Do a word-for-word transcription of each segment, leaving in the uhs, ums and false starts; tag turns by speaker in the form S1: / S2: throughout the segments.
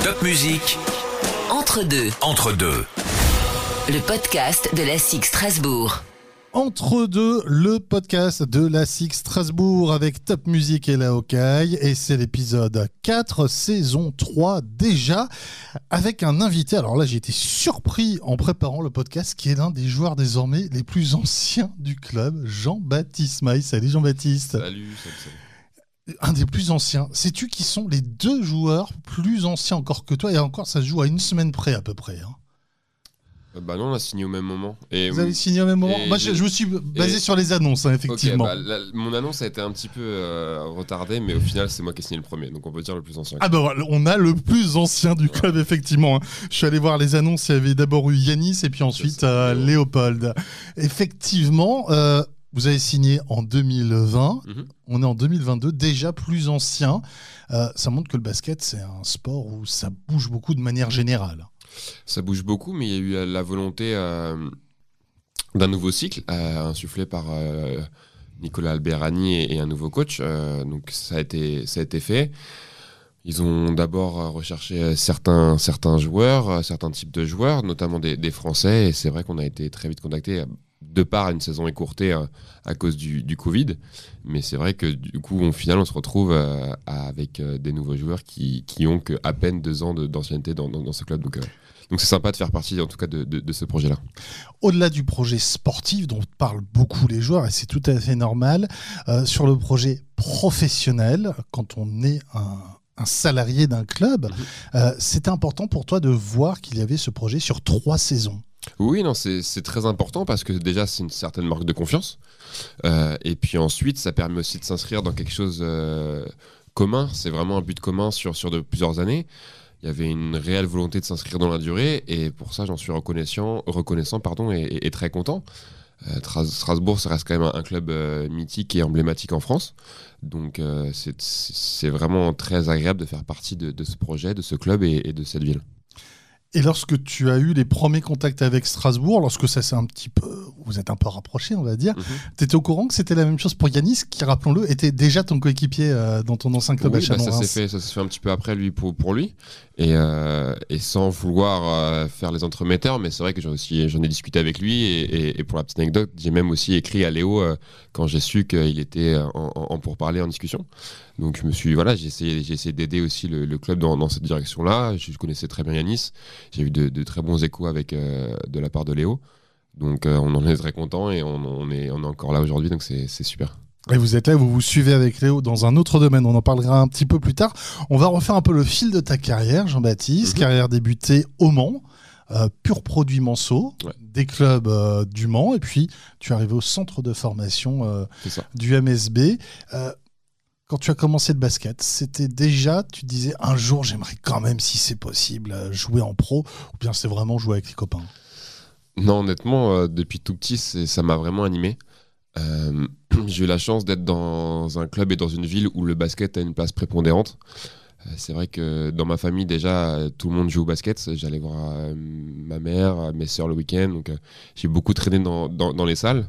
S1: Top Musique.
S2: Entre deux.
S1: Entre deux.
S2: Le podcast de la S I C Strasbourg.
S3: Entre deux, le podcast de la S I C Strasbourg avec Top Musique et la Hawkeye. Et c'est l'épisode quatre, saison trois déjà, avec un invité. Alors là, j'ai été surpris en préparant le podcast, qui est l'un des joueurs désormais les plus anciens du club, Jean-Baptiste Maille. Salut Jean-Baptiste.
S4: Salut, salut, salut.
S3: Un des plus anciens. Sais-tu qui sont les deux joueurs plus anciens encore que toi? Et encore, ça se joue à une semaine près à peu près. Hein.
S4: Euh, bah non, on a signé au même moment. Et
S3: Vous avez signé au même moment? Moi, je, je me suis basé
S4: et...
S3: sur les annonces, hein, effectivement.
S4: Okay, bah, la, mon annonce a été un petit peu euh, retardée, mais au final, c'est moi qui ai signé le premier. Donc on peut dire le plus ancien.
S3: Ah bah voilà, on a le plus ancien du club, ouais. Effectivement. Hein. Je suis allé voir les annonces, il y avait d'abord eu Yanis et puis ensuite euh, Léopold. Effectivement... Euh, Vous avez signé en deux mille vingt, mmh. On est en deux mille vingt-deux, déjà plus ancien. Euh, ça montre que le basket, c'est un sport où ça bouge beaucoup de manière générale.
S4: Ça bouge beaucoup, mais il y a eu la volonté euh, d'un nouveau cycle, euh, insufflé par euh, Nicolas Alberani et, et un nouveau coach. Euh, donc ça a été, ça a été fait. Ils ont d'abord recherché certains, certains joueurs, certains types de joueurs, notamment des, des Français. Et c'est vrai qu'on a été très vite contactés de part une saison écourtée euh, à cause du, du Covid. Mais c'est vrai que du coup, au final, on se retrouve euh, avec euh, des nouveaux joueurs qui, qui ont que à peine deux ans de, d'ancienneté dans, dans, dans ce club. Donc, euh, donc c'est sympa de faire partie, en tout cas, de, de, de ce projet-là.
S3: Au-delà du projet sportif, dont parlent beaucoup les joueurs, et c'est tout à fait normal, euh, sur le projet professionnel, quand on est un... un salarié d'un club, mmh. euh, c'était important pour toi de voir qu'il y avait ce projet sur trois saisons.
S4: Oui, non, c'est, c'est très important parce que déjà, c'est une certaine marque de confiance. Euh, et puis ensuite, ça permet aussi de s'inscrire dans quelque chose euh, commun. C'est vraiment un but commun sur, sur de plusieurs années. Il y avait une réelle volonté de s'inscrire dans la durée et pour ça, j'en suis reconnaissant, reconnaissant pardon, et, et, et très content. Euh, Strasbourg, ça reste quand même un, un club euh, mythique et emblématique en France. Donc euh, c'est, c'est vraiment très agréable de faire partie de, de ce projet, de ce club et, et de cette ville.
S3: Et lorsque tu as eu les premiers contacts avec Strasbourg, lorsque ça s'est un petit peu, vous êtes un peu rapprochés, on va dire, mm-hmm. tu étais au courant que c'était la même chose pour Yanis, qui, rappelons-le, était déjà ton coéquipier euh, dans ton ancien club
S4: oui,
S3: à Chalon.
S4: Bah ça, s'est fait, ça s'est fait un petit peu après lui pour, pour lui, et, euh, et sans vouloir euh, faire les entremetteurs, mais c'est vrai que j'ai aussi, j'en ai discuté avec lui, et, et, et pour la petite anecdote, j'ai même aussi écrit à Léo euh, quand j'ai su qu'il était en, en, en pourparlers, en discussion. Donc je me suis, voilà, j'ai essayé, j'ai essayé d'aider aussi le, le club dans, dans cette direction-là. Je connaissais très bien Yanis. J'ai eu de, de très bons échos avec, euh, de la part de Léo. Donc euh, on en est très content et on, on, est, on est encore là aujourd'hui, donc c'est, c'est super.
S3: Et vous êtes là, vous vous suivez avec Léo dans un autre domaine, on en parlera un petit peu plus tard. On va refaire un peu le fil de ta carrière, Jean-Baptiste. Mm-hmm. Carrière débutée au Mans, euh, pur produit Manceau, ouais. Des clubs euh, du Mans, et puis tu es arrivé au centre de formation euh, du M S B. Euh, Quand tu as commencé le basket, c'était déjà, tu disais un jour j'aimerais quand même, si c'est possible, jouer en pro, ou bien c'est vraiment jouer avec les copains?
S4: Non, honnêtement, euh, depuis tout petit, c'est, ça m'a vraiment animé. Euh, j'ai eu la chance d'être dans un club et dans une ville où le basket a une place prépondérante. Euh, c'est vrai que dans ma famille, déjà, tout le monde joue au basket. J'allais voir euh, ma mère, mes sœurs le week-end, donc euh, j'ai beaucoup traîné dans, dans, dans les salles.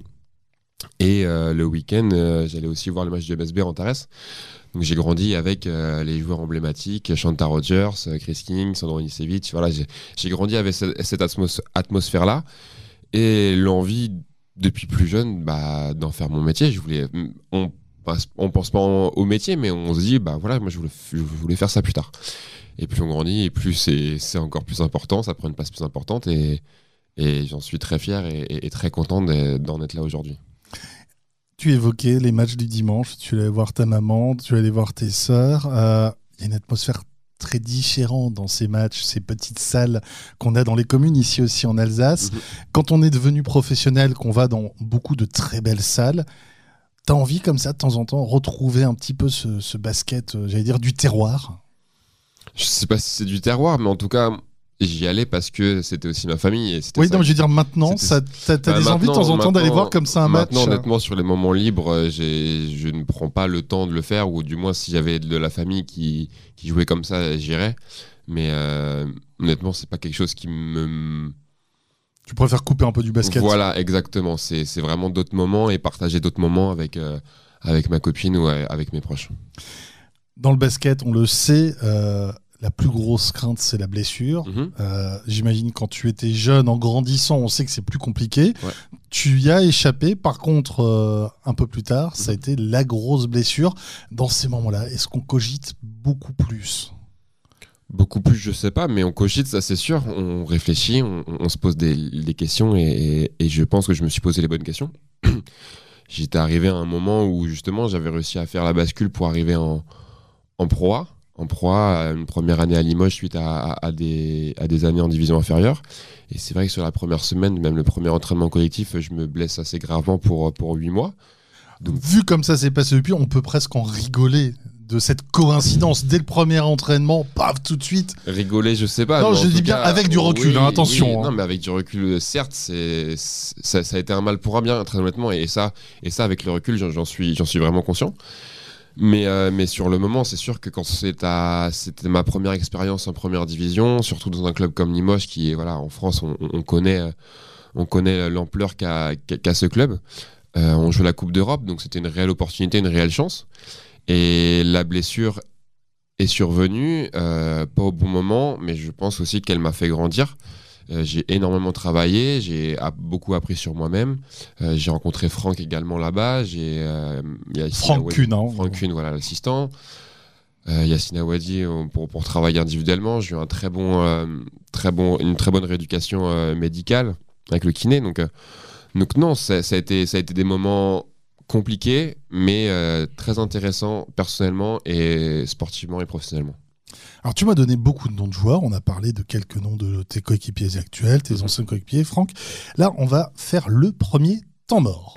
S4: Et euh, le week-end, euh, j'allais aussi voir le match du M S B en Tarès. Donc j'ai grandi avec euh, les joueurs emblématiques, Shanta Rogers, Chris King, Sandro Inicevic. Voilà, j'ai, j'ai grandi avec cette, cette atmos- atmosphère-là et l'envie depuis plus jeune bah, d'en faire mon métier. Je voulais, on on pense pas au métier, mais on se dit bah voilà, moi je voulais, je voulais faire ça plus tard. Et plus on grandit, et plus c'est, c'est encore plus important, ça prend une place plus importante et, et j'en suis très fier et, et, et très content d'en être là aujourd'hui.
S3: Tu évoquais les matchs du dimanche, tu allais voir ta maman, tu allais voir tes sœurs. Euh, il y a une atmosphère très différente dans ces matchs, ces petites salles qu'on a dans les communes, ici aussi en Alsace. Mmh. Quand on est devenu professionnel, qu'on va dans beaucoup de très belles salles, t'as envie comme ça de temps en temps retrouver un petit peu ce, ce basket, euh, j'allais dire du terroir?
S4: Je sais pas si c'est du terroir, mais en tout cas... J'y allais parce que c'était aussi ma famille. Et c'était
S3: oui,
S4: ça.
S3: non, mais je veux dire, maintenant, ça, t'as, t'as bah, des envies de temps en temps d'aller voir comme ça un match?
S4: Maintenant, honnêtement, sur les moments libres, j'ai, je ne prends pas le temps de le faire, ou du moins, si j'avais de la famille qui, qui jouait comme ça, j'irais. Mais euh, honnêtement, c'est pas quelque chose qui me...
S3: Tu préfères couper un peu du basket?
S4: Voilà, exactement. C'est, c'est vraiment d'autres moments et partager d'autres moments avec, euh, avec ma copine ou avec mes proches.
S3: Dans le basket, on le sait... Euh... la plus grosse crainte, c'est la blessure.
S4: Mm-hmm.
S3: Euh, j'imagine quand tu étais jeune, en grandissant, on sait que c'est plus compliqué.
S4: Ouais.
S3: Tu y as échappé. Par contre, euh, un peu plus tard,
S4: Mm-hmm.
S3: ça a été la grosse blessure. Dans ces moments-là, est-ce qu'on cogite beaucoup plus ?
S4: Beaucoup plus, je sais pas, mais on cogite, ça c'est sûr. On réfléchit, on, on se pose des, des questions et, et, et je pense que je me suis posé les bonnes questions. J'étais arrivé à un moment où justement j'avais réussi à faire la bascule pour arriver en, en Pro A. En Pro A, une première année à Limoges suite à, à, à, des, à des années en division inférieure. Et c'est vrai que sur la première semaine, même le premier entraînement collectif, je me blesse assez gravement pour, pour huit mois.
S3: Donc, vu comme ça s'est passé depuis, on peut presque en rigoler de cette coïncidence. Dès le premier entraînement, paf, tout de suite.
S4: Rigoler, je sais pas.
S3: Non, je dis bien
S4: cas,
S3: avec du recul,
S4: oui,
S3: hein, attention.
S4: Oui,
S3: hein.
S4: Non, mais avec du recul, certes, c'est, ça, ça a été un mal pour un bien, très honnêtement. Et ça, et ça avec le recul, j'en, j'en, suis, j'en suis vraiment conscient. Mais, euh, mais sur le moment, c'est sûr que quand c'est à, c'était ma première expérience en première division, surtout dans un club comme Limoges, qui est, voilà, en France, on, on, connaît, on connaît l'ampleur qu'a, qu'a, qu'a ce club. Euh, on joue la Coupe d'Europe, donc c'était une réelle opportunité, une réelle chance. Et la blessure est survenue, euh, pas au bon moment, mais je pense aussi qu'elle m'a fait grandir. Euh, j'ai énormément travaillé, j'ai a- beaucoup appris sur moi-même. Euh, j'ai rencontré Franck également là-bas. J'ai, euh, Yassine
S3: Franck
S4: Awadi-
S3: Kuhn, hein.
S4: Franck Kuhn, voilà, l'assistant. Euh, Yassine Awadi euh, pour, pour travailler individuellement. J'ai eu un très bon, euh, très bon, une très bonne rééducation euh, médicale avec le kiné. Donc, euh, donc non, ça, ça, a été, ça a été des moments compliqués, mais euh, très intéressants personnellement et sportivement et professionnellement.
S3: Alors, tu m'as donné beaucoup de noms de joueurs. On a parlé de quelques noms de tes coéquipiers actuels, tes
S4: Mhm.
S3: anciens coéquipiers. Franck, là, on va faire le premier temps mort.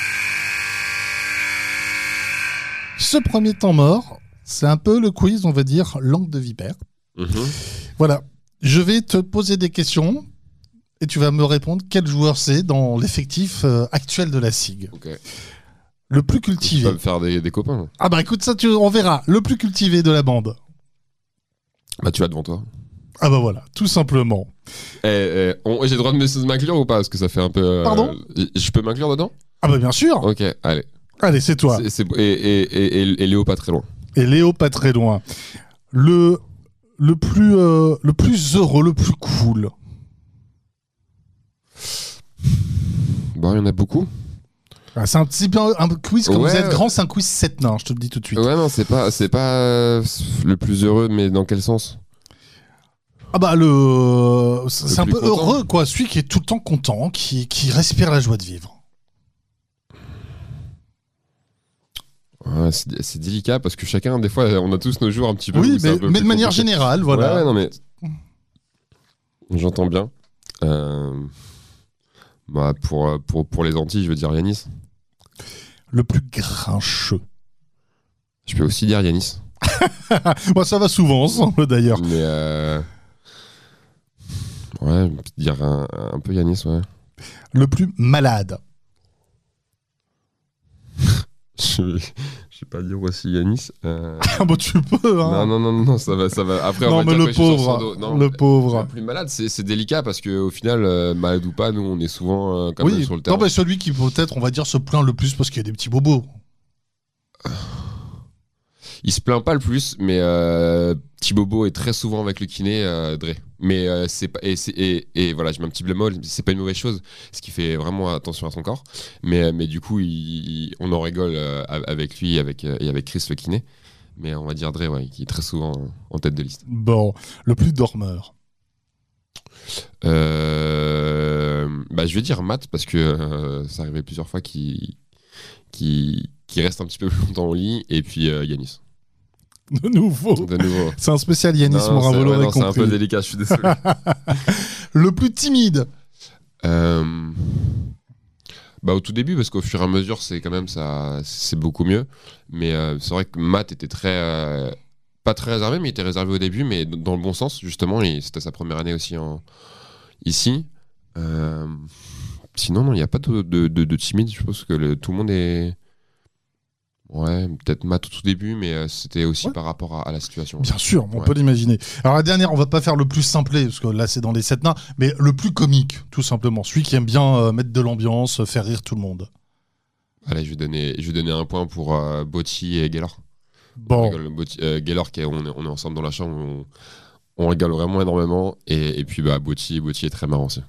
S3: Ce premier temps mort, c'est un peu le quiz, on va dire, langue de vipère.
S4: Mm-hmm.
S3: Voilà. Je vais te poser des questions et tu vas me répondre quel joueur c'est dans l'effectif euh, actuel de la S I G.
S4: Ok.
S3: Le plus
S4: Tu
S3: cultivé.
S4: vas me faire des, des copains.
S3: Ah bah écoute, ça, tu, on verra. Le plus cultivé de la bande.
S4: Bah tu vas devant toi.
S3: Ah bah voilà, tout simplement.
S4: Eh, eh, on- j'ai le droit de me- m'inclure ou pas? Parce que ça fait un peu. euh,
S3: Pardon?
S4: Je peux m'inclure dedans?
S3: Ah bah bien sûr.
S4: Ok, allez.
S3: Allez, c'est toi.
S4: C'est- c'est- et, et, et, et Léo pas très loin.
S3: Et Léo, pas très loin. Le, le, plus, euh, le plus heureux, le plus cool.
S4: Bon, il y en a beaucoup.
S3: Ah, c'est un petit peu un quiz, quand
S4: Ouais.
S3: vous êtes grand, c'est un quiz sept nains, je te le dis tout de suite.
S4: Ouais, non, c'est pas, c'est pas euh, le plus heureux, mais dans quel sens?
S3: Ah bah le... C'est
S4: Le
S3: un
S4: plus
S3: peu
S4: content.
S3: heureux, quoi. Celui qui est tout le temps content, qui, qui respire la joie de vivre.
S4: Ouais, c'est, c'est délicat parce que chacun, des fois, on a tous nos jours un petit peu.
S3: Oui,
S4: où c'est
S3: mais,
S4: un peu
S3: mais de
S4: plus
S3: manière
S4: compliqué.
S3: générale, voilà.
S4: Ouais, ouais, non, mais. J'entends bien. Euh, Bah, pour, pour, pour les Antilles, je veux dire Yanis.
S3: Le plus grincheux.
S4: Je peux aussi dire Yanis.
S3: Moi, ça va souvent ensemble, d'ailleurs.
S4: Mais. Euh... Ouais, je peux dire un, un peu Yanis, ouais.
S3: Le plus malade.
S4: Je je vais pas dire aussi Yanis. Euh...
S3: Ah bah tu peux, hein.
S4: Non, non, non, non, ça va, ça va. Après, on
S3: Non,
S4: va
S3: mais
S4: dire
S3: le
S4: que je suis sur
S3: pauvre,
S4: son dos. Non,
S3: le
S4: Le
S3: pauvre.
S4: plus malade, c'est, c'est délicat parce qu'au final, euh, malade ou pas, nous, on est souvent euh, quand même
S3: Oui,
S4: sur le
S3: non,
S4: terrain.
S3: mais celui qui peut-être, on va dire, se plaint le plus parce qu'il y a des petits bobos.
S4: Il se plaint pas le plus, mais euh, petit bobo est très souvent avec le kiné, euh, Dre. Mais euh, c'est pas et, c'est, et, et voilà, je mets un petit bémol, c'est pas une mauvaise chose, ce qui fait vraiment attention à son corps. Mais mais du coup, il, il- on en rigole euh, avec lui, avec euh, et avec Chris le kiné. Mais on va dire Dre, ouais, qui est très souvent euh, en tête de liste.
S3: Bon, le plus dormeur.
S4: Euh, bah, je vais dire Matt parce que euh, ça arrivait plusieurs fois qu'il qui qui reste un petit peu plus longtemps au lit, et puis euh, Yanis.
S3: De nouveau.
S4: De nouveau.
S3: C'est un spécial Yanis
S4: Non,
S3: Morin,
S4: c'est,
S3: vous
S4: ouais,
S3: l'aurez
S4: non, c'est un
S3: compris.
S4: peu délicat, je suis désolé.
S3: Le plus timide.
S4: Euh, Bah, au tout début, parce qu'au fur et à mesure, c'est quand même ça, c'est beaucoup mieux. Mais euh, c'est vrai que Matt était très, euh, pas très réservé, mais il était réservé au début, mais d- dans le bon sens justement. Et c'était sa première année aussi en ici. Euh, Sinon, non, il n'y a pas de, de, de, de timide. Je pense que le- tout le monde est, ouais, peut-être Matt au tout début, mais euh, c'était aussi
S3: Ouais.
S4: par rapport à, à la situation.
S3: Bien sûr, on
S4: Ouais.
S3: peut l'imaginer. Alors la dernière, on va pas faire le plus simplé, parce que là c'est dans les sept nains, mais le plus comique, tout simplement. Celui qui aime bien euh, mettre de l'ambiance, faire rire tout le monde.
S4: Allez, je vais donner, je vais donner un point pour euh, Botti et Gaylor.
S3: Bon.
S4: On rigole, Botti- euh, Gaylor, qui est- on, est, on est ensemble dans la chambre, on, on rigole vraiment énormément. Et, et puis bah, Botti, Botti est très marrant aussi.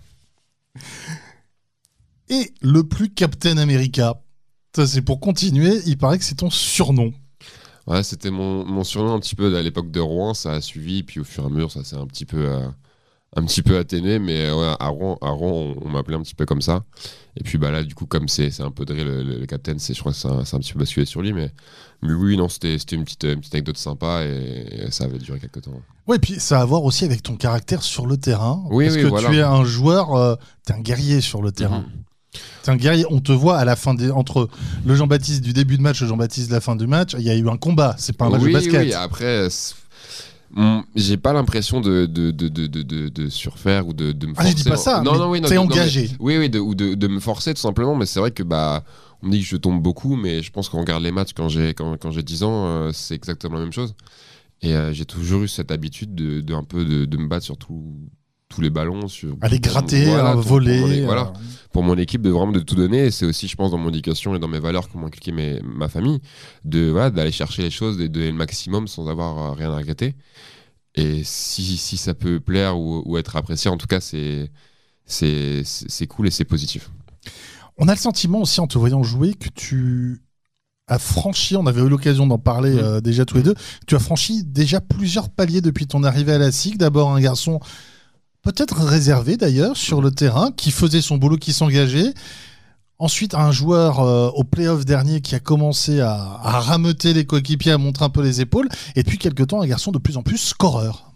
S3: Et le plus Captain America, ça c'est pour continuer, il paraît que c'est ton surnom.
S4: Ouais, c'était mon, mon surnom un petit peu à l'époque de Rouen, ça a suivi, puis au fur et à mesure, ça s'est un petit peu, euh, un petit peu atténué, mais ouais, à Rouen, à Rouen on, on m'appelait un petit peu comme ça. Et puis bah là, du coup, comme c'est, c'est un peu dré, le, le, le capitaine, c'est, je crois que c'est un, c'est un petit peu basculé sur lui, mais, mais oui, non, c'était, c'était une, petite, une petite anecdote sympa et, et ça avait duré quelques temps.
S3: Ouais, et puis ça a à voir aussi avec ton caractère sur le terrain.
S4: Oui,
S3: parce
S4: oui,
S3: que
S4: voilà.
S3: tu es un joueur, euh, t'es un guerrier sur le terrain.
S4: Mhm.
S3: T'es un guerrier, on te voit à la fin des, entre le Jean-Baptiste du début de match et le Jean-Baptiste de la fin du match, il y a eu un combat, c'est pas un match
S4: oui,
S3: de basket.
S4: Oui, après, c'est- mm, j'ai pas l'impression de, de, de, de, de, de, de surfaire ou de, de me
S3: Ah,
S4: forcer.
S3: je dis pas ça,
S4: non,
S3: mais
S4: non, oui, non,
S3: t'es
S4: de-
S3: engagé.
S4: Non, mais- oui, oui, de, ou de, de me forcer tout simplement, mais c'est vrai que bah, on me dit que je tombe beaucoup, mais je pense qu'on regarde les matchs quand j'ai, quand, quand j'ai dix ans, euh, c'est exactement la même chose. Et euh, j'ai toujours eu cette habitude de, de un peu de, de me battre sur tout, tous les ballons, sur
S3: Aller
S4: pour-
S3: gratter,
S4: voilà,
S3: euh,
S4: pour-
S3: voler.
S4: pour mon,
S3: euh,
S4: voilà, pour mon équipe, de vraiment de tout donner. Et c'est aussi, je pense, dans mon éducation et dans mes valeurs que m'ont inculqué mes, ma famille, de voilà, d'aller chercher les choses, de donner le maximum sans avoir euh, rien à regretter. Et si, si ça peut plaire ou, ou être apprécié, en tout cas, c'est, c'est, c'est c'est cool et c'est positif.
S3: On a le sentiment aussi en te voyant jouer que tu as franchi, on avait eu l'occasion d'en parler
S4: Mmh.
S3: euh, déjà tous les deux, tu as franchi déjà plusieurs paliers depuis ton arrivée à la S I G. D'abord un garçon peut-être réservé d'ailleurs sur le terrain, qui faisait son boulot, qui s'engageait. Ensuite, un joueur euh, au play-off dernier qui a commencé à, à rameuter les coéquipiers, à montrer un peu les épaules. Et depuis quelques temps, un garçon de plus en plus scoreur.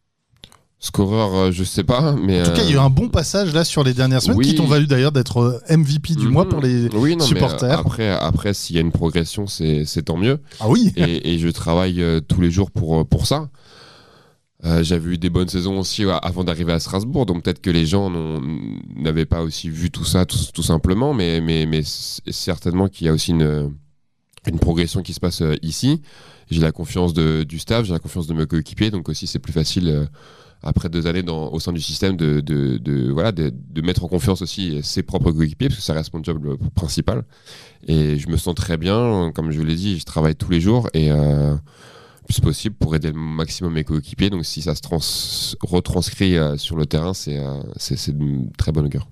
S4: Scoreur, euh, je sais pas, mais.
S3: En tout cas, il y a eu un bon passage là sur les dernières semaines
S4: oui.
S3: qui t'ont valu d'ailleurs d'être euh, M V P du
S4: Mhm.
S3: mois pour les
S4: oui, non,
S3: supporters.
S4: Mais, euh, après, après, s'il y a une progression, c'est, c'est tant mieux.
S3: Ah oui.
S4: et, et je travaille euh, tous les jours pour, pour ça. Euh, j'avais eu des bonnes saisons aussi euh, avant d'arriver à Strasbourg, donc peut-être que les gens n'ont- n'avaient pas aussi vu tout ça tout, tout simplement, mais, mais, mais c- certainement qu'il y a aussi une, une progression qui se passe euh, ici. J'ai la confiance de, du staff, j'ai la confiance de mes coéquipiers, donc aussi c'est plus facile euh, après deux années dans, au sein du système de, de, de, voilà, de, de mettre en confiance aussi ses propres coéquipiers, parce que ça reste mon job euh, principal. Et je me sens très bien, comme je vous l'ai dit, je travaille tous les jours et euh, plus possible pour aider le maximum mes coéquipiers. Donc si ça se trans- retranscrit euh, sur le terrain, c'est, euh, c'est, c'est de très bonne augure.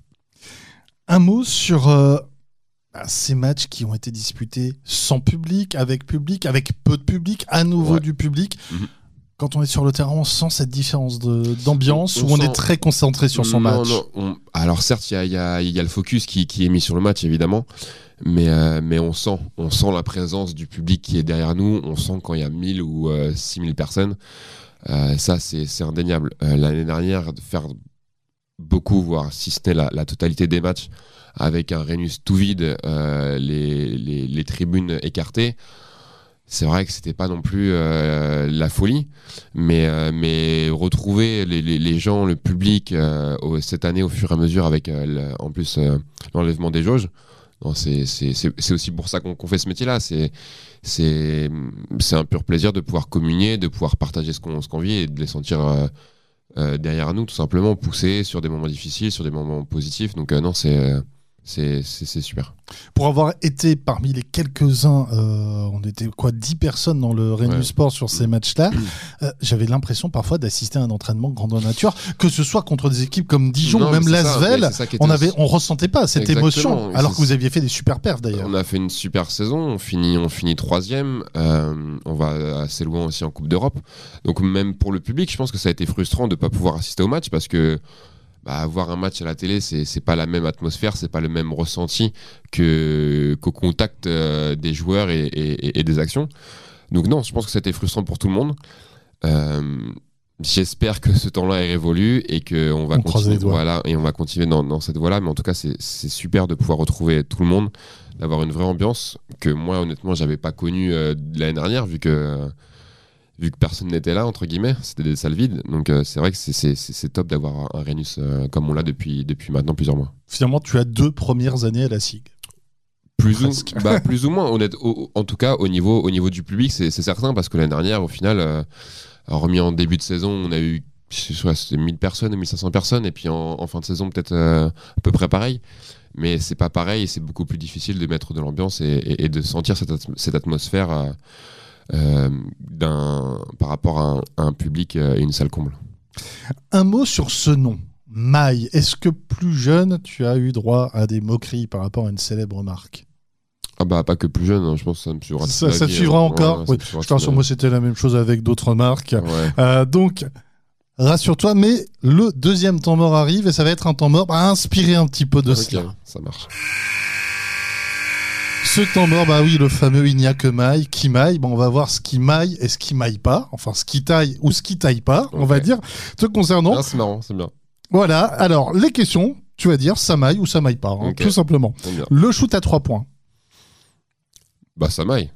S3: Un mot sur euh, ces matchs qui ont été disputés sans public, avec public, avec peu de public, à nouveau
S4: Ouais.
S3: du public.
S4: Mhm.
S3: Quand on est sur le terrain, on sent cette différence de, d'ambiance
S4: On- on
S3: où on
S4: sent-
S3: est très concentré sur son
S4: Non,
S3: match.
S4: non, on- Alors certes, il y a, il y a- il y a le focus qui, qui est mis sur le match, évidemment, mais, euh, mais on sent, on sent la présence du public qui est derrière nous, on sent quand il y a mille ou euh, six mille personnes. Euh, ça, c'est, c'est indéniable. Euh, l'année dernière, de faire beaucoup, voire si ce n'est la, la totalité des matchs, avec un Rhenus tout vide, euh, les, les, les tribunes écartées, c'est vrai que c'était pas non plus euh, la folie, mais, euh, mais retrouver les, les, les gens, le public euh, au- cette année au fur et à mesure avec euh, le- en plus euh, l'enlèvement des jauges, non, c'est, c'est, c'est, c'est aussi pour ça qu'on, qu'on fait ce métier-là. C'est, c'est, c'est un pur plaisir de pouvoir communier, de pouvoir partager ce qu'on, ce qu'on vit et de les sentir euh, euh, derrière nous, tout simplement, pousser sur des moments difficiles, sur des moments positifs. Donc euh, non, c'est, euh, c'est, c'est, c'est super.
S3: Pour avoir été parmi les quelques-uns, euh, on était quoi, dix personnes dans le Rhenus
S4: Ouais.
S3: Sport sur ces matchs-là, euh, j'avais l'impression parfois d'assister à un entraînement grandeur nature, que ce soit contre des équipes comme Dijon
S4: Non,
S3: ou même
S4: mais c'est ça,
S3: Lasvel,
S4: mais c'est ça qui était
S3: on avait, on ressentait pas cette
S4: Exactement.
S3: émotion,
S4: Et
S3: alors
S4: c'est-
S3: que vous aviez fait des super perfs d'ailleurs.
S4: On a fait une super saison, on finit, on finit troisième, euh, on va assez loin aussi en Coupe d'Europe. Donc même pour le public, je pense que ça a été frustrant de ne pas pouvoir assister au match parce que bah, voir un match à la télé, c'est, c'est pas la même atmosphère, c'est pas le même ressenti que, qu'au contact euh, des joueurs et, et- et des actions. Donc non, je pense que ça a été frustrant pour tout le monde. Euh, J'espère que ce temps-là est révolu et qu'on va
S3: On croise
S4: continuer,
S3: les doigts.
S4: voilà, et on va continuer dans, dans cette voie-là. Mais en tout cas, c'est, c'est super de pouvoir retrouver tout le monde, d'avoir une vraie ambiance que moi, honnêtement, j'avais pas connue euh, l'année dernière, vu que, euh, vu que personne n'était là, entre guillemets. C'était des salles vides. Donc euh, c'est vrai que c'est, c'est, c'est, c'est top d'avoir un Rhenus euh, comme on l'a depuis, depuis maintenant plusieurs mois.
S3: Finalement, tu as deux premières années à la S I G.
S4: Plus ou,
S3: Presque.
S4: bah, plus ou moins, honnête, au- en tout cas au niveau, au niveau du public, c'est, c'est certain, parce que l'année dernière, au final, euh, remis en début de saison, on a eu je sais pas, c'était mille personnes ou mille cinq cents personnes, et puis en, en fin de saison, peut-être euh, à peu près pareil. Mais c'est pas pareil, et c'est beaucoup plus difficile de mettre de l'ambiance et, et- et de sentir cette, at- cette atmosphère euh, euh, d'un, par rapport à un, à un public et une salle comble.
S3: Un mot sur ce nom, Maille. Est-ce que plus jeune, tu as eu droit à des moqueries par rapport à une célèbre marque?
S4: Ah bah pas que plus jeune, hein, je pense que ça me suivra.
S3: Ça, ça te suivra encore. Ouais, oui. Je pense que moi c'était la même chose avec d'autres marques.
S4: Ouais.
S3: Euh, donc rassure-toi, mais le deuxième temps mort arrive et ça va être un temps mort bah, inspiré un petit peu de
S4: okay,
S3: cela.
S4: Ça marche.
S3: Ce temps mort, bah oui, le fameux il n'y a que maille, qui maille. Bon, on va voir ce qui maille et ce qui maille pas. Enfin, ce qui taille ou ce qui taille pas, okay. On va dire. Te concernant.
S4: Ah, c'est marrant, c'est bien.
S3: Voilà. Alors, les questions, tu vas dire ça maille ou ça maille pas, hein, okay. Tout simplement. Le shoot à trois points.
S4: Bah, ça maille.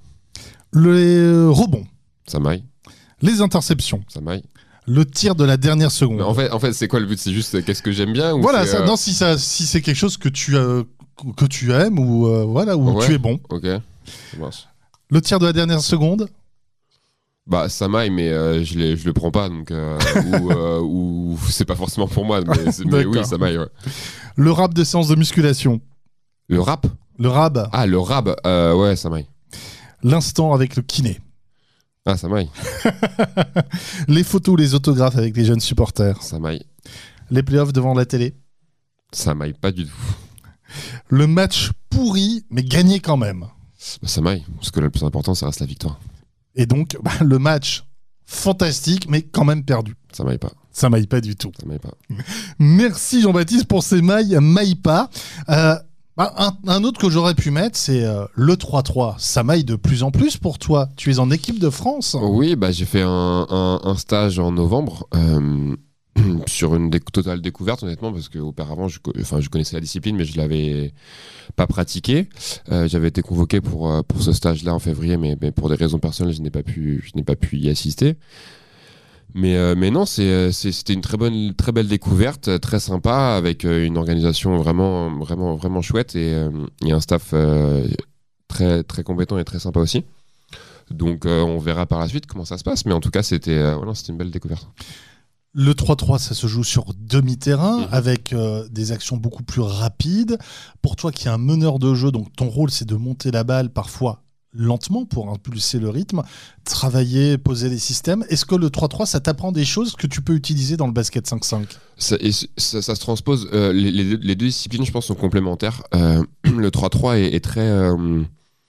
S3: Le rebond.
S4: Ça maille.
S3: Les interceptions.
S4: Ça maille.
S3: Le tir de la dernière seconde.
S4: Mais en fait, en fait, c'est quoi le but? C'est juste qu'est-ce que j'aime bien ou
S3: voilà,
S4: c'est,
S3: ça,
S4: euh...
S3: non, si, ça, si c'est quelque chose que tu, euh, que tu aimes ou euh, voilà, où
S4: ouais.
S3: tu es bon.
S4: Ok, ça marche.
S3: Le tir de la dernière seconde.
S4: Bah, ça maille, mais euh, je, les, je le prends pas, donc euh, ou, euh, ou c'est pas forcément pour moi, mais, mais oui, ça maille. Ouais.
S3: Le rab de séance de musculation.
S4: Le rap?
S3: Le rab.
S4: Ah, le rab, euh, ouais, ça maille.
S3: L'instant avec le kiné.
S4: Ah, ça maille.
S3: Les photos, les autographes avec les jeunes supporters.
S4: Ça maille.
S3: Les playoffs devant la télé.
S4: Ça maille pas du tout.
S3: Le match pourri, mais gagné quand même.
S4: Bah, ça maille, parce que là, le plus important, ça reste la victoire.
S3: Et donc, bah, le match fantastique, mais quand même perdu.
S4: Ça maille pas.
S3: Ça maille pas du tout.
S4: Ça maille pas.
S3: Merci Jean-Baptiste pour ces mailles, maille pas. Euh, bah, un, un autre que j'aurais pu mettre, c'est euh, le trois trois. Ça maille de plus en plus pour toi. Tu es en équipe de France.
S4: Oui, bah, j'ai fait un, un, un stage en novembre. Euh... sur une dé- totale découverte honnêtement parce qu'auparavant je, enfin, je connaissais la discipline mais je l'avais pas pratiquée. Euh, j'avais été convoqué pour, euh, pour ce stage là en février mais, mais pour des raisons personnelles je n'ai pas pu, je n'ai pas pu y assister mais, euh, mais non c'est, c'est, c'était une très, bonne, très belle découverte, très sympa avec euh, une organisation vraiment, vraiment, vraiment chouette et, euh, et un staff euh, très, très compétent et très sympa aussi. Donc euh, on verra par la suite comment ça se passe mais en tout cas c'était, euh, voilà, c'était une belle découverte.
S3: Le trois trois, ça se joue sur demi-terrain
S4: mmh.
S3: avec euh, des actions beaucoup plus rapides. Pour toi qui es un meneur de jeu, donc ton rôle c'est de monter la balle parfois lentement pour impulser le rythme, travailler, poser les systèmes. Est-ce que le trois trois, ça t'apprend des choses que tu peux utiliser dans le basket cinq cinq?
S4: ça, et ça, ça se transpose, euh, les, les, les deux disciplines je pense sont complémentaires. Euh, le trois trois est, est très... Euh,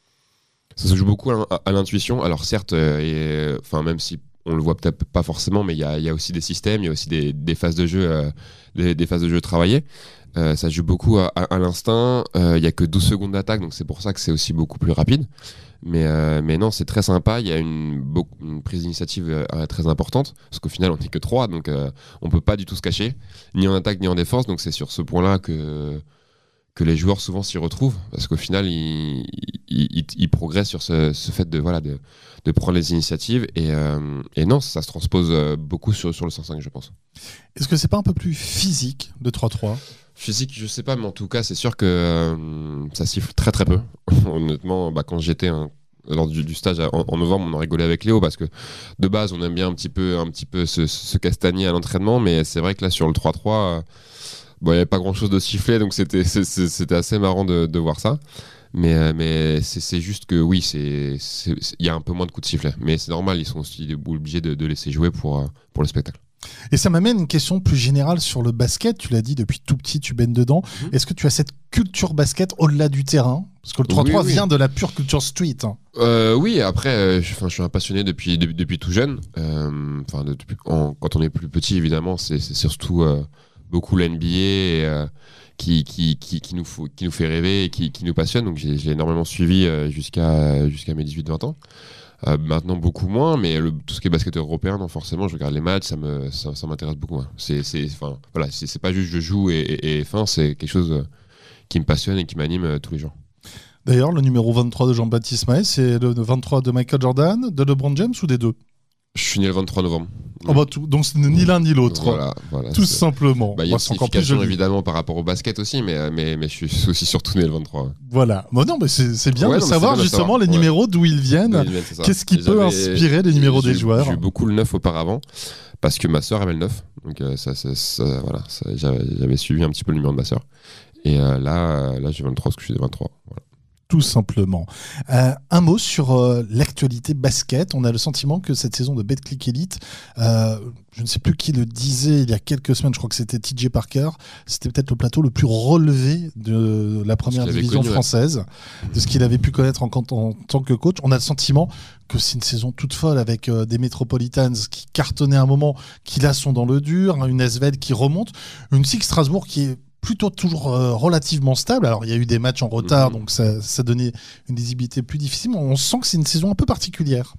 S4: ça se joue beaucoup à, à, à l'intuition. Alors certes, euh, et, enfin, même si on le voit peut-être pas forcément, mais il y a, y a aussi des systèmes, il y a aussi des, des phases de jeu, euh, des, des phases de jeu travaillées. Euh, ça joue beaucoup à, à, à l'instinct. Il euh, y a que douze secondes d'attaque, donc c'est pour ça que c'est aussi beaucoup plus rapide. Mais, euh, mais non, c'est très sympa. Il y a une, beaucoup, une prise d'initiative euh, très importante, parce qu'au final, on n'est que trois, donc euh, on peut pas du tout se cacher, ni en attaque ni en défense. Donc c'est sur ce point-là que que les joueurs souvent s'y retrouvent, parce qu'au final, ils, ils, ils, ils progressent sur ce, ce fait de, voilà, de, de prendre les initiatives. Et, euh, et non, ça se transpose beaucoup sur, sur le cinq cinq, je pense.
S3: Est-ce que c'est pas un peu plus physique, le trois trois?
S4: Physique, je sais pas, mais en tout cas, c'est sûr que euh, ça siffle très très peu. Honnêtement, bah, quand j'étais un, lors du, du stage en, en novembre, on en rigolait avec Léo, parce que de base, on aime bien un petit peu, un petit peu se, se castagner à l'entraînement, mais c'est vrai que là, sur le trois trois... Euh, Bon, il n'y avait pas grand chose de sifflé, donc c'était, c'est, c'est, c'était assez marrant de, de voir ça. Mais, euh, mais c'est, c'est juste que oui, il y a un peu moins de coups de sifflet. Mais c'est normal, ils sont aussi obligés de, de laisser jouer pour, euh, pour le spectacle.
S3: Et ça m'amène une question plus générale sur le basket. Tu l'as dit, depuis tout petit, tu baignes dedans. Mmh. Est-ce que tu as cette culture basket au-delà du terrain? Parce que le trois trois oui, oui. vient de la pure culture street. Hein.
S4: Euh, oui, après, euh, je, je suis un passionné depuis, depuis, depuis tout jeune. Euh, de, depuis, en, quand on est plus petit, évidemment, c'est, c'est surtout... Euh, beaucoup l'N B A et, euh, qui, qui, qui, qui, nous faut, qui nous fait rêver et qui, qui nous passionne. Donc j'ai, j'ai énormément suivi euh, jusqu'à, jusqu'à mes dix-huit vingt ans. Euh, maintenant beaucoup moins, mais le, tout ce qui est basket européen, non, forcément, je regarde les matchs, ça, me, ça, ça m'intéresse beaucoup. Hein. C'est, c'est, voilà, c'est, c'est pas juste je joue et, et, et fin, c'est quelque chose euh, qui me passionne et qui m'anime euh, tous les jours.
S3: D'ailleurs, le numéro vingt-trois de Jean-Baptiste Maé, c'est le vingt-trois de Michael Jordan, de LeBron James ou des deux?
S4: Je suis né le vingt-trois novembre.
S3: Oh bah tout, donc c'est ni l'un ni l'autre.
S4: Voilà, voilà,
S3: tout
S4: c'est...
S3: simplement.
S4: Bah, il y a une signification évidemment par rapport au basket aussi, mais, mais, mais je suis aussi surtout né le vingt-trois.
S3: Voilà. Bon, non, mais c'est, c'est bien
S4: ouais,
S3: de
S4: non,
S3: savoir
S4: bien
S3: justement
S4: de savoir.
S3: les
S4: Ouais.
S3: numéros d'où ils viennent. D'où ils viennent Qu'est-ce qui et peut inspirer les numéros des joueurs?
S4: J'ai eu beaucoup le neuf auparavant, parce que ma sœur avait le neuf. Donc euh, ça, ça, ça, voilà, ça, j'avais, j'avais suivi un petit peu le numéro de ma sœur. Et euh, là, là j'ai vingt-trois parce que je suis des vingt-trois. Voilà.
S3: tout simplement. Euh, un mot sur euh, l'actualité basket. On a le sentiment que cette saison de Betclic Elite, euh, je ne sais plus qui le disait il y a quelques semaines, je crois que c'était T J Parker, c'était peut-être le plateau le plus relevé de la première division connu, française, ouais. de ce qu'il avait pu connaître en, en, en tant que coach. On a le sentiment que c'est une saison toute folle avec euh, des Metropolitans qui cartonnaient un moment, qui là sont dans le dur, hein, une S V L qui remonte, une SIG Strasbourg qui est plutôt toujours euh, relativement stable. Alors il y a eu des matchs en retard, mmh. donc ça, ça donnait une visibilité plus difficile, mais on sent que c'est une saison un peu particulière.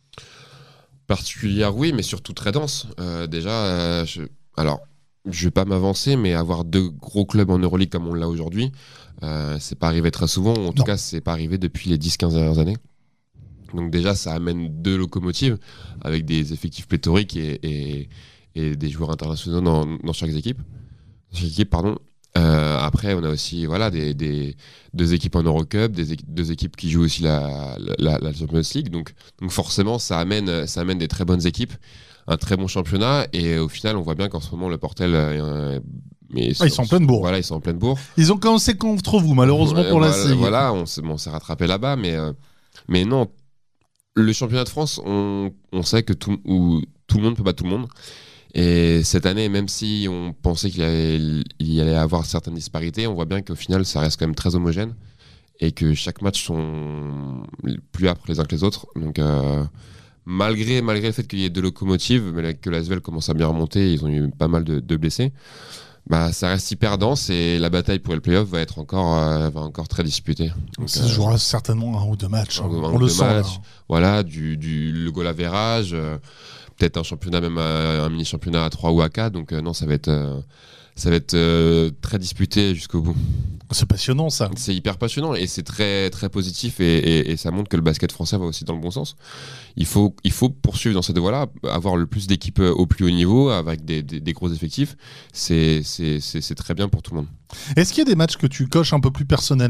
S4: Particulière, oui, mais surtout très dense. Euh, déjà, euh, je... alors, je vais pas m'avancer, mais avoir deux gros clubs en Euroleague comme on l'a aujourd'hui, euh, c'est pas arrivé très souvent. En tout non. cas, c'est pas arrivé depuis les dix quinze dernières années. Donc déjà, ça amène deux locomotives avec des effectifs pléthoriques et, et, et des joueurs internationaux dans, dans chaque équipe. Dans chaque équipe, pardon. Euh, après, on a aussi voilà, des, des, deux équipes en Eurocup, des équ- deux équipes qui jouent aussi la, la, la Champions League. Donc, donc forcément, ça amène, ça amène des très bonnes équipes, un très bon championnat. Et au final, on voit bien qu'en ce moment, le Portel... Euh, mais
S3: ah, ils sont en pleine bourre.
S4: Voilà, ils sont en pleine bourre.
S3: Ils ont commencé contre vous, malheureusement pour
S4: voilà,
S3: la SIG.
S4: Voilà, on s'est, bon, on s'est rattrapé là-bas. Mais, euh, mais non, le championnat de France, on, on sait que tout, où, tout le monde peut battre tout le monde. Et cette année, même si on pensait qu'il y, avait, il y allait avoir certaines disparités, on voit bien qu'au final, ça reste quand même très homogène et que chaque match sont plus âpres les uns que les autres. Donc, euh, malgré, malgré le fait qu'il y ait deux locomotives, mais que la S V L commence à bien remonter, ils ont eu pas mal de, de blessés, bah, ça reste hyper dense et la bataille pour le play-off va être encore, euh, va encore très disputée. Donc,
S3: ça se euh, jouera certainement un ou deux matchs.
S4: Un,
S3: hein.
S4: un
S3: on le
S4: sent.
S3: Matchs.
S4: Là. Voilà, du, du, le goal average. Euh, peut-être un championnat, même un, un mini-championnat à trois ou à quatre, donc euh, non, ça va être, euh, ça va être euh, très disputé jusqu'au bout.
S3: C'est passionnant ça.
S4: C'est hyper passionnant et c'est très, très positif et, et, et ça montre que le basket français va aussi dans le bon sens. Il faut, il faut poursuivre dans cette voie-là, avoir le plus d'équipes au plus haut niveau, avec des, des, des gros effectifs, c'est, c'est, c'est, c'est très bien pour tout le monde.
S3: Est-ce qu'il y a des matchs que tu coches un peu plus personnellement ?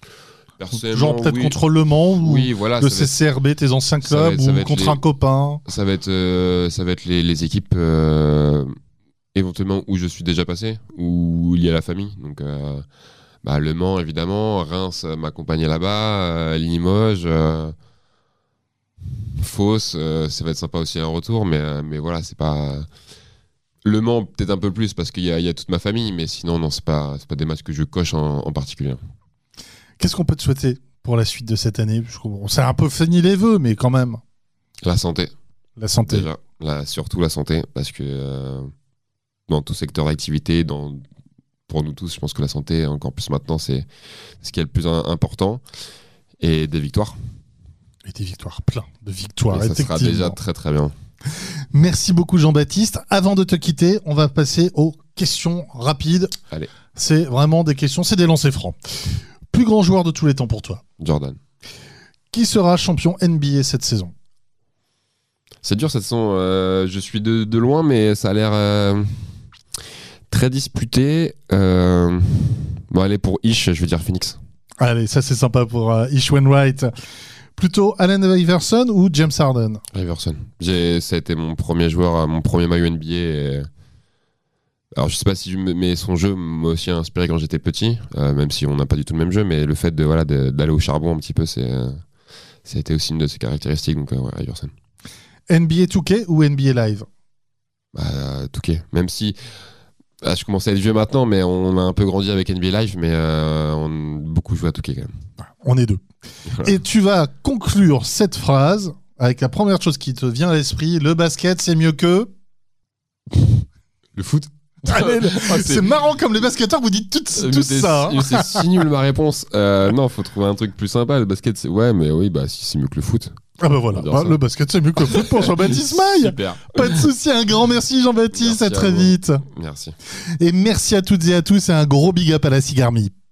S3: Genre peut-être
S4: oui.
S3: contre Le Mans ou
S4: oui, voilà,
S3: le C C R B, être, tes anciens clubs, être, ou contre les, un copain.
S4: Ça va être, euh, ça va être les, les équipes euh, éventuellement où je suis déjà passé, où il y a la famille. Donc euh, bah, Le Mans évidemment, Reims m'accompagnait là-bas, euh, Limoges, euh, Fos, euh, ça va être sympa aussi un retour, mais, euh, mais voilà, c'est pas... Le Mans peut-être un peu plus parce qu'il y a, il y a toute ma famille, mais sinon non, c'est pas, c'est pas des matchs que je coche en, en particulier.
S3: Qu'est-ce qu'on peut te souhaiter pour la suite de cette année ? On s'est un peu fini les vœux, mais quand même.
S4: La santé.
S3: La santé.
S4: Déjà, la, surtout la santé, parce que euh, dans tout secteur d'activité, dans, pour nous tous, je pense que la santé, encore plus maintenant, c'est ce qui est le plus un, important. Et des victoires.
S3: Et des victoires, plein de victoires.
S4: Et ça sera déjà très très bien.
S3: Merci beaucoup Jean-Baptiste. Avant de te quitter, on va passer aux questions rapides.
S4: Allez.
S3: C'est vraiment des questions, c'est des lancers francs. Plus grand joueur de tous les temps pour toi ?
S4: Jordan.
S3: Qui sera champion N B A cette saison ?
S4: C'est dur cette saison. Euh, je suis de, de loin, mais ça a l'air euh, très disputé. Euh, bon, allez, pour Ish, je vais dire Phoenix.
S3: Allez, ça c'est sympa pour uh, Ish Wainwright. Plutôt Allen Iverson ou James Harden ?
S4: Iverson. J'ai, ça a été mon premier joueur, mon premier maillot N B A. Et... Alors je sais pas si je, mais son jeu m'a aussi inspiré quand j'étais petit, euh, même si on n'a pas du tout le même jeu, mais le fait de voilà de, d'aller au charbon un petit peu, c'est euh, ça a été aussi une de ses caractéristiques. Donc euh, ouais, Iverson.
S3: N B A two K ou N B A Live ?
S4: Bah, two K. Même si ah, je commence à être vieux maintenant, mais on a un peu grandi avec N B A Live, mais euh, on a beaucoup joué à two K quand même.
S3: On est deux. Voilà. Et tu vas conclure cette phrase avec la première chose qui te vient à l'esprit. Le basket, c'est mieux que...
S4: Le foot.
S3: Allez, ah, c'est... c'est marrant comme les basketteurs vous dites tout, tout ça.
S4: Hein. C'est si nul ma réponse. Euh, non, faut trouver un truc plus sympa. Le basket, c'est ouais, mais oui, bah si c'est mieux que le foot.
S3: Ah bah voilà, ah, le basket c'est mieux que le foot pour Jean-Baptiste Maille.
S4: Super.
S3: Pas de souci, un grand merci Jean-Baptiste, merci à très à vite.
S4: Merci.
S3: Et merci à toutes et à tous et un gros big up à la SIG Army.